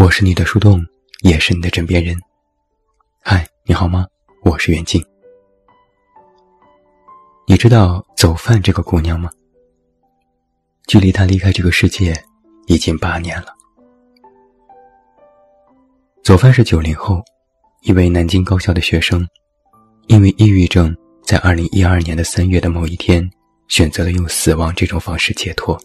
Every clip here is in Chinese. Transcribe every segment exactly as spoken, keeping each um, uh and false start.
我是你的树洞，也是你的枕边人。嗨，你好吗？我是袁静。你知道走饭这个姑娘吗？距离她离开这个世界已经八年了。走饭是九零后，一位南京高校的学生，因为抑郁症，在二零一二年的三月的某一天，选择了用死亡这种方式解脱。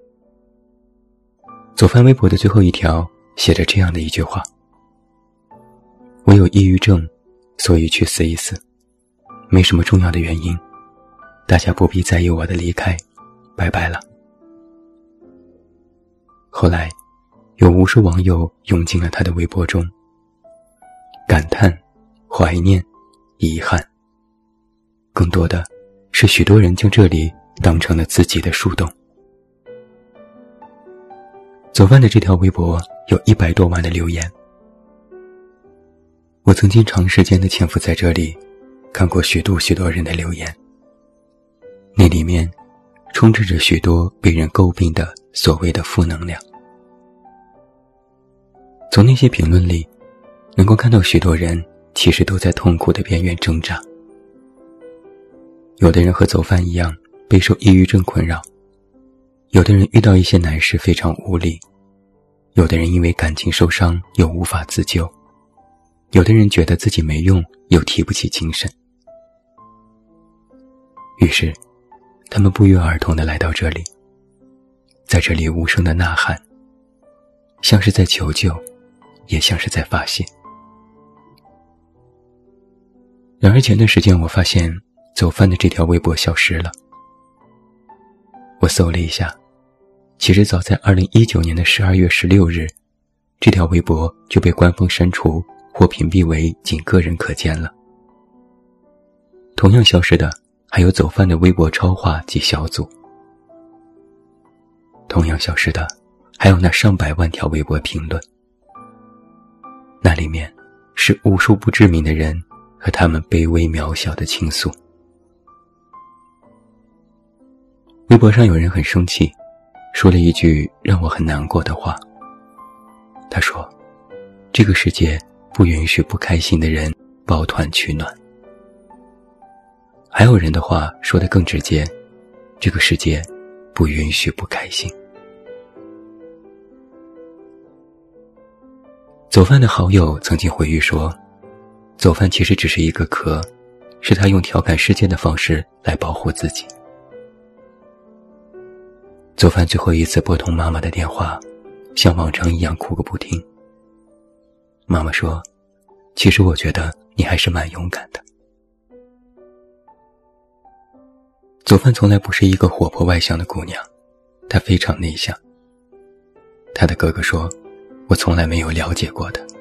走饭微博的最后一条写着这样的一句话：我有抑郁症，所以去死一死，没什么重要的原因，大家不必在意我的离开，拜拜了。后来有无数网友涌进了他的微博中，感叹、怀念、遗憾，更多的是许多人将这里当成了自己的树洞。走饭的这条微博有一百多万的留言。我曾经长时间的潜伏在这里，看过许多许多人的留言，那里面充斥着许多被人诟病的所谓的负能量。从那些评论里，能够看到许多人其实都在痛苦的边缘挣扎。有的人和走饭一样备受抑郁症困扰，有的人遇到一些难事非常无力，有的人因为感情受伤又无法自救，有的人觉得自己没用又提不起精神。于是他们不约而同地来到这里，在这里无声地呐喊，像是在求救，也像是在发泄。然而前段时间我发现走饭的这条微博消失了。我搜了一下，其实早在二零一九年的十二月十六日，这条微博就被官方删除或屏蔽为仅个人可见了。同样消失的还有走饭的微博超话及小组，同样消失的还有那上百万条微博评论，那里面是无数不知名的人和他们卑微渺小的倾诉。微博上有人很生气，说了一句让我很难过的话。他说，这个世界不允许不开心的人抱团取暖。还有人的话说得更直接，这个世界不允许不开心。走饭的好友曾经回忆说，走饭其实只是一个壳，是他用调侃世界的方式来保护自己。走饭最后一次拨通妈妈的电话，像往常一样哭个不停。妈妈说，其实我觉得你还是蛮勇敢的。走饭从来不是一个活泼外向的姑娘，她非常内向。她的哥哥说，我从来没有了解过她。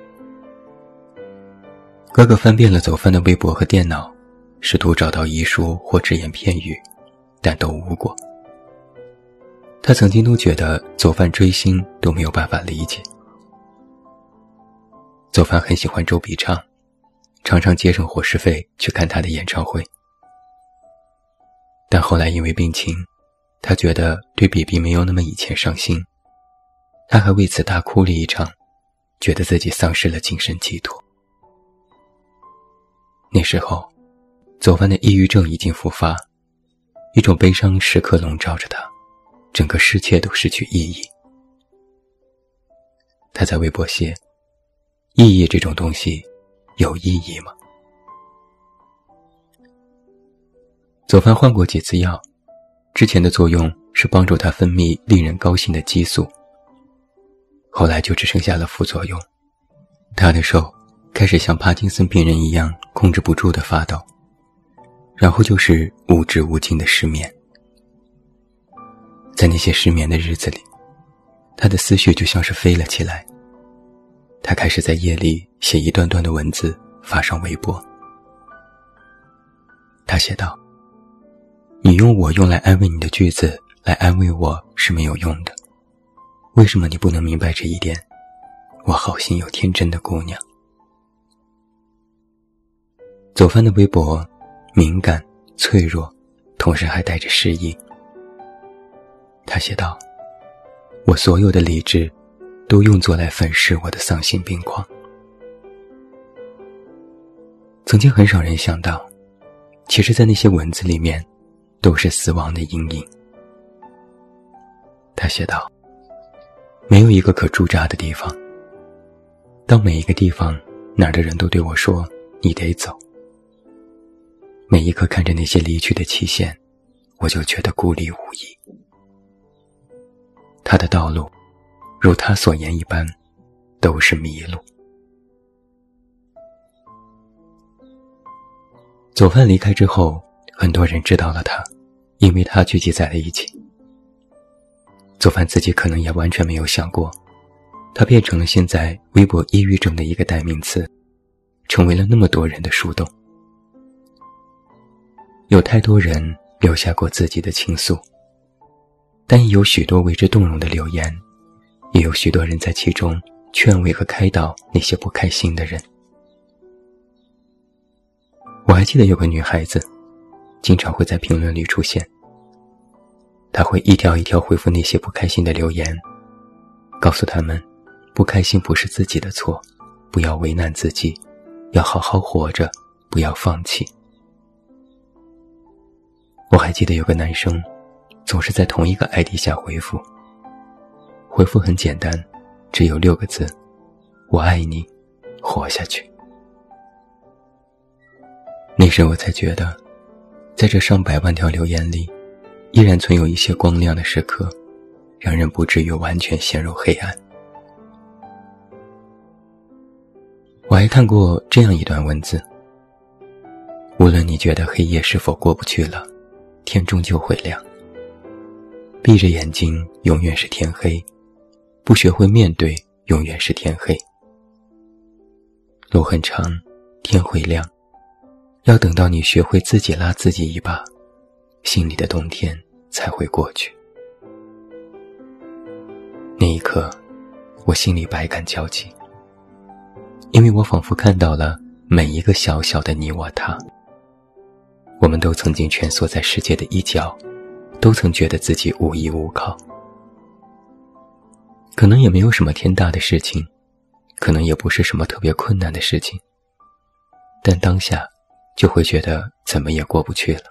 哥哥翻遍了走饭的微博和电脑，试图找到遗书或只言片语，但都无果。他曾经都觉得走饭追星都没有办法理解。走饭很喜欢周笔畅，常常节省伙食费去看他的演唱会。但后来因为病情，他觉得对比比没有那么以前上心，他还为此大哭了一场，觉得自己丧失了精神寄托。那时候走饭的抑郁症已经复发，一种悲伤时刻笼罩着他，整个世界都失去意义。他在微博写，意义这种东西有意义吗？走饭换过几次药，之前的作用是帮助他分泌令人高兴的激素，后来就只剩下了副作用，他的手开始像帕金森病人一样控制不住的发抖，然后就是无止无尽的失眠。在那些失眠的日子里，他的思绪就像是飞了起来。他开始在夜里写一段段的文字发上微博。他写道，你用我用来安慰你的句子来安慰我是没有用的，为什么你不能明白这一点？我好心又天真的姑娘。走饭的微博敏感、脆弱，同时还带着诗意。他写道，我所有的理智都用作来粉饰我的丧心病狂。曾经很少人想到，其实在那些文字里面都是死亡的阴影。他写道，没有一个可驻扎的地方，当每一个地方哪儿的人都对我说你得走，每一刻看着那些离去的期限，我就觉得孤立无依。他的道路如他所言一般，都是迷路。走饭离开之后，很多人知道了他，因为他聚集在了一起。走饭自己可能也完全没有想过，他变成了现在微博抑郁症的一个代名词，成为了那么多人的树洞。有太多人留下过自己的倾诉，但也有许多为之动容的留言，也有许多人在其中劝慰和开导那些不开心的人。我还记得有个女孩子，经常会在评论里出现，她会一条一条回复那些不开心的留言，告诉他们，不开心不是自己的错，不要为难自己，要好好活着，不要放弃。我还记得有个男生，总是在同一个 I D 下回复，回复很简单，只有六个字，我爱你，活下去。那时我才觉得，在这上百万条留言里，依然存有一些光亮的时刻，让人不至于完全陷入黑暗。我还看过这样一段文字，无论你觉得黑夜是否过不去了，天终究会亮。闭着眼睛永远是天黑，不学会面对永远是天黑。路很长，天会亮，要等到你学会自己拉自己一把，心里的冬天才会过去。那一刻，我心里百感交集，因为我仿佛看到了每一个小小的你我他。我们都曾经蜷缩在世界的一角，都曾觉得自己无依无靠。可能也没有什么天大的事情，可能也不是什么特别困难的事情，但当下就会觉得怎么也过不去了。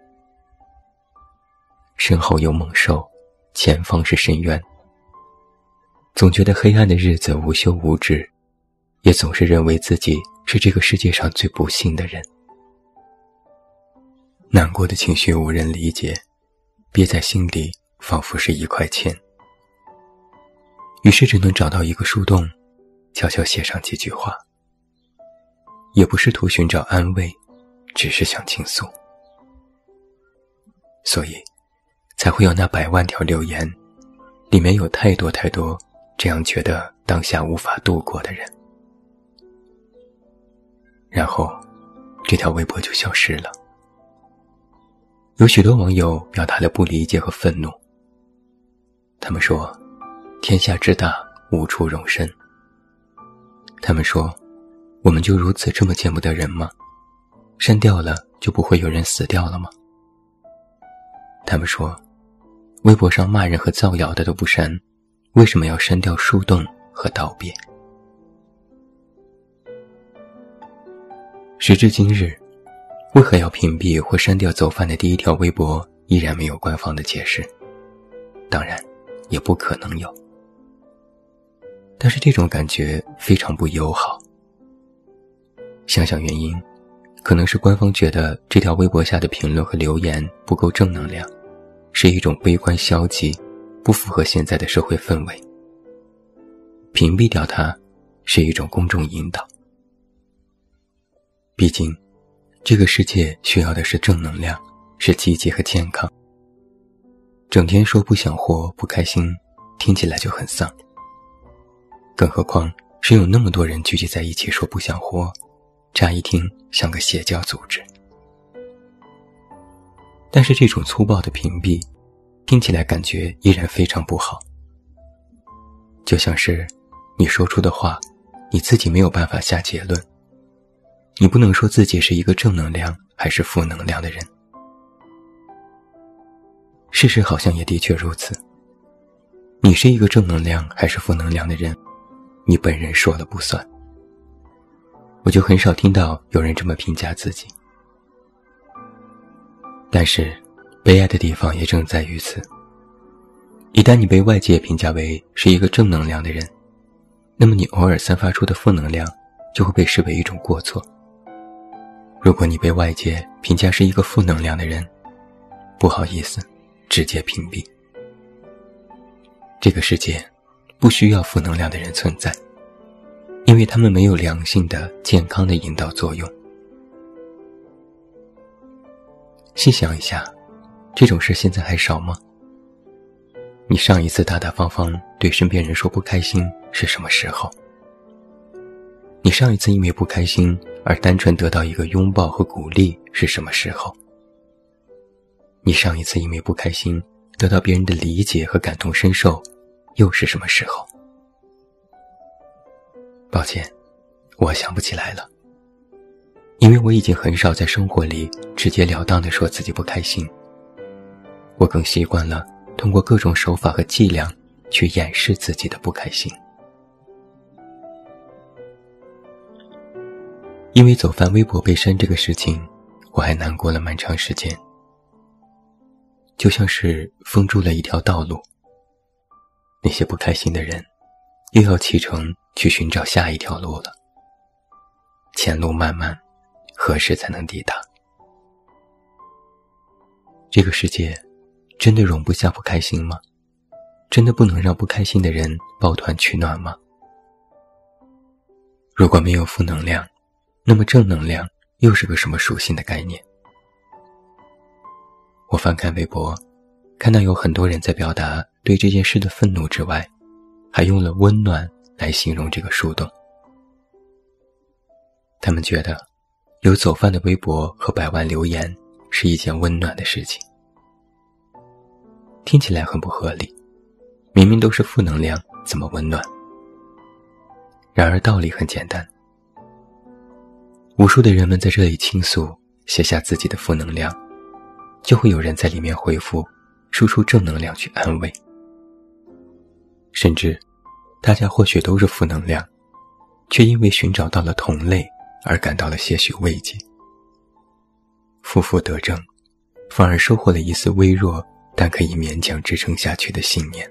身后有猛兽，前方是深渊。总觉得黑暗的日子无休无止，也总是认为自己是这个世界上最不幸的人。难过的情绪无人理解，憋在心里仿佛是一块钱。于是只能找到一个树洞，悄悄写上几句话，也不是图寻找安慰，只是想倾诉。所以才会有那百万条留言，里面有太多太多这样觉得当下无法度过的人。然后这条微博就消失了。有许多网友表达了不理解和愤怒，他们说天下之大，无处容身。他们说我们就如此这么见不得人吗？删掉了就不会有人死掉了吗？他们说微博上骂人和造谣的都不删，为什么要删掉树洞和道别？时至今日，为何要屏蔽或删掉走饭的第一条微博，依然没有官方的解释，当然也不可能有。但是这种感觉非常不友好。想想原因，可能是官方觉得这条微博下的评论和留言不够正能量，是一种悲观消极，不符合现在的社会氛围。屏蔽掉它是一种公众引导。毕竟这个世界需要的是正能量，是积极和健康。整天说不想活，不开心，听起来就很丧。更何况是有那么多人聚集在一起说不想活，乍一听像个邪教组织。但是这种粗暴的屏蔽，听起来感觉依然非常不好。就像是你说出的话，你自己没有办法下结论，你不能说自己是一个正能量还是负能量的人。事实好像也的确如此。 你是一个正能量还是负能量的人，你本人说了不算。我就很少听到有人这么评价自己。但是悲哀的地方也正在于此，一旦你被外界评价为是一个正能量的人，那么你偶尔散发出的负能量就会被视为一种过错。如果你被外界评价是一个负能量的人，不好意思，直接屏蔽。这个世界不需要负能量的人存在，因为他们没有良性的、健康的引导作用。细想一下，这种事现在还少吗？你上一次大大方方对身边人说不开心是什么时候？你上一次因为不开心而单纯得到一个拥抱和鼓励是什么时候？你上一次因为不开心得到别人的理解和感同身受又是什么时候？抱歉，我想不起来了，因为我已经很少在生活里直截了当地说自己不开心，我更习惯了通过各种手法和伎俩去掩饰自己的不开心。因为走翻微博被删这个事情，我还难过了蛮长时间，就像是封住了一条道路，那些不开心的人又要启程去寻找下一条路了。前路漫漫，何时才能抵达？这个世界真的容不下不开心吗？真的不能让不开心的人抱团取暖吗？如果没有负能量，那么正能量又是个什么属性的概念？我翻看微博，看到有很多人在表达对这件事的愤怒之外，还用了温暖来形容这个树洞。他们觉得有走饭的微博和百万留言是一件温暖的事情。听起来很不合理，明明都是负能量，怎么温暖？然而道理很简单，无数的人们在这里倾诉，写下自己的负能量，就会有人在里面回复，输出正能量去安慰。甚至大家或许都是负能量，却因为寻找到了同类而感到了些许慰藉。负负得正，反而收获了一丝微弱但可以勉强支撑下去的信念。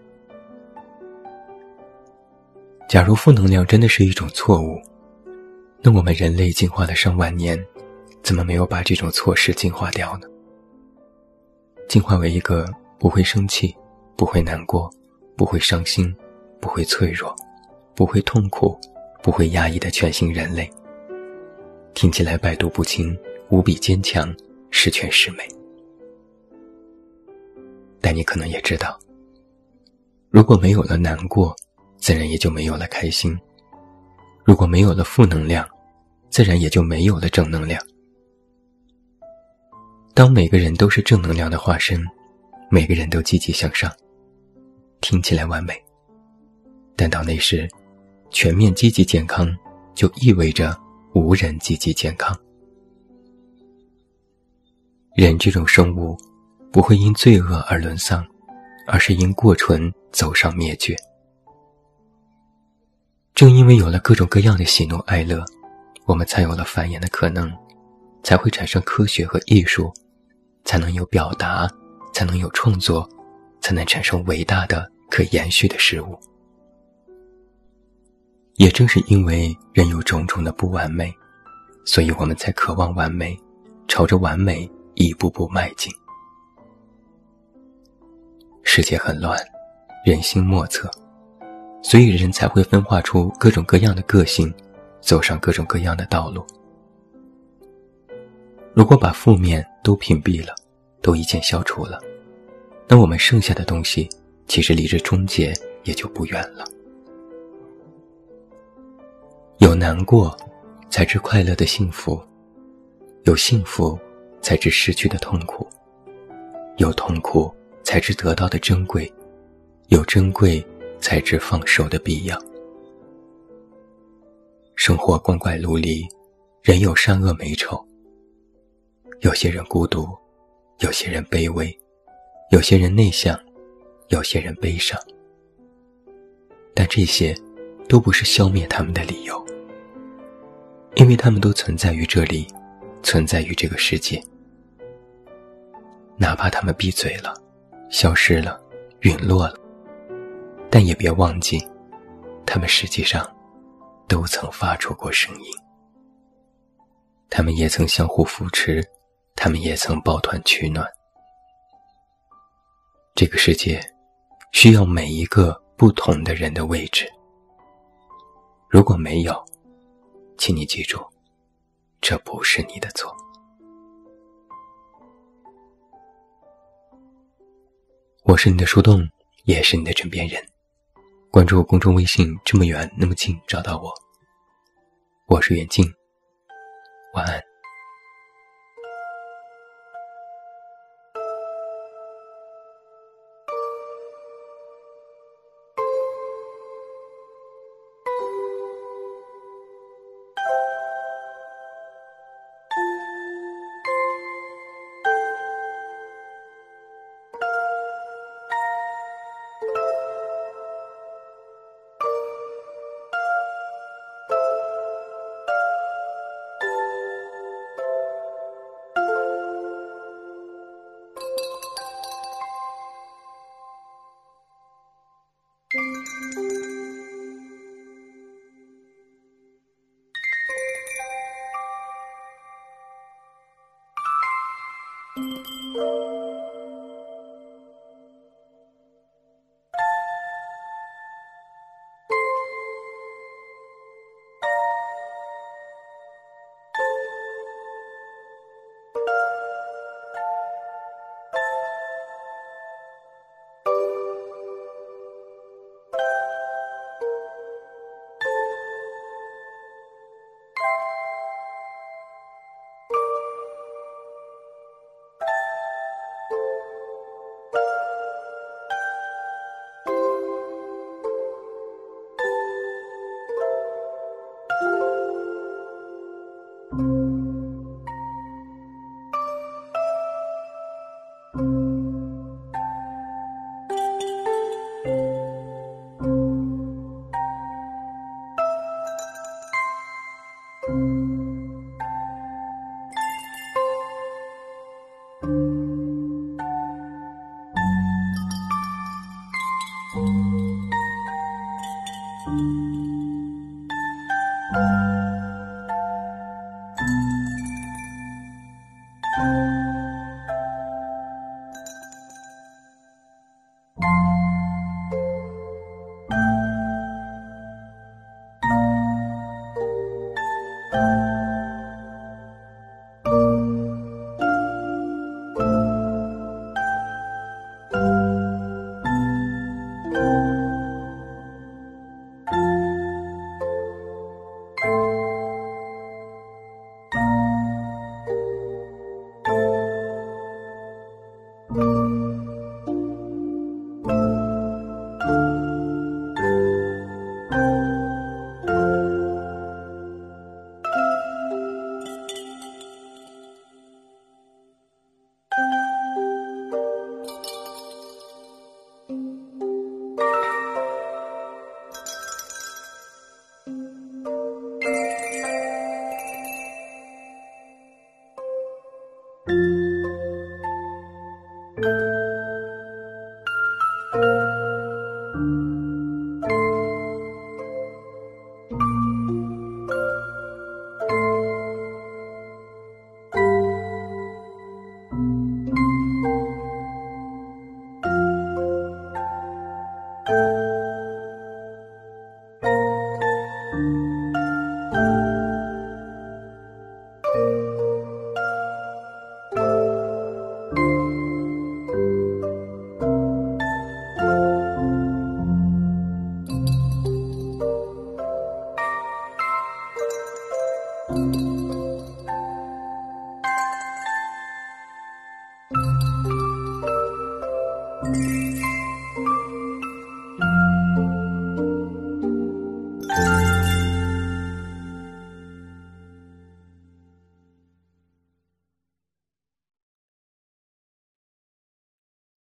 假如负能量真的是一种错误，那我们人类进化了上万年，怎么没有把这种错失进化掉呢？进化为一个不会生气、不会难过、不会伤心、不会脆弱、不会痛苦、不会压抑的全新人类，听起来百毒不侵，无比坚强，十全十美。但你可能也知道，如果没有了难过，自然也就没有了开心；如果没有了负能量，自然也就没有了正能量。当每个人都是正能量的化身，每个人都积极向上，听起来完美，但到那时，全面积极健康就意味着无人积极健康。人这种生物不会因罪恶而沦丧，而是因过纯走上灭绝。正因为有了各种各样的喜怒哀乐，我们才有了繁衍的可能，才会产生科学和艺术，才能有表达，才能有创作，才能产生伟大的可延续的事物。也正是因为人有种种的不完美，所以我们才渴望完美，朝着完美一步步迈进。世界很乱，人心莫测，所以人才会分化出各种各样的个性，走上各种各样的道路。如果把负面都屏蔽了，都一键消除了，那我们剩下的东西其实离这终结也就不远了。有难过才知快乐的幸福，有幸福才知失去的痛苦，有痛苦才知得到的珍贵，有珍贵才知放手的必要。生活光怪陆离，人有善恶美丑，有些人孤独，有些人卑微，有些人内向，有些人悲伤。 这些都不是消灭他们的理由，因为他们都存在于这里，存在于这个世界。哪怕他们闭嘴了，消失了，陨落了，但也别忘记，他们实际上都曾发出过声音。他们也曾相互扶持，他们也曾抱团取暖。这个世界需要每一个不同的人的位置。如果没有，请你记住，这不是你的错。我是你的树洞，也是你的枕边人。关注公众微信，这么远那么近，找到我。我是远近，晚安。 you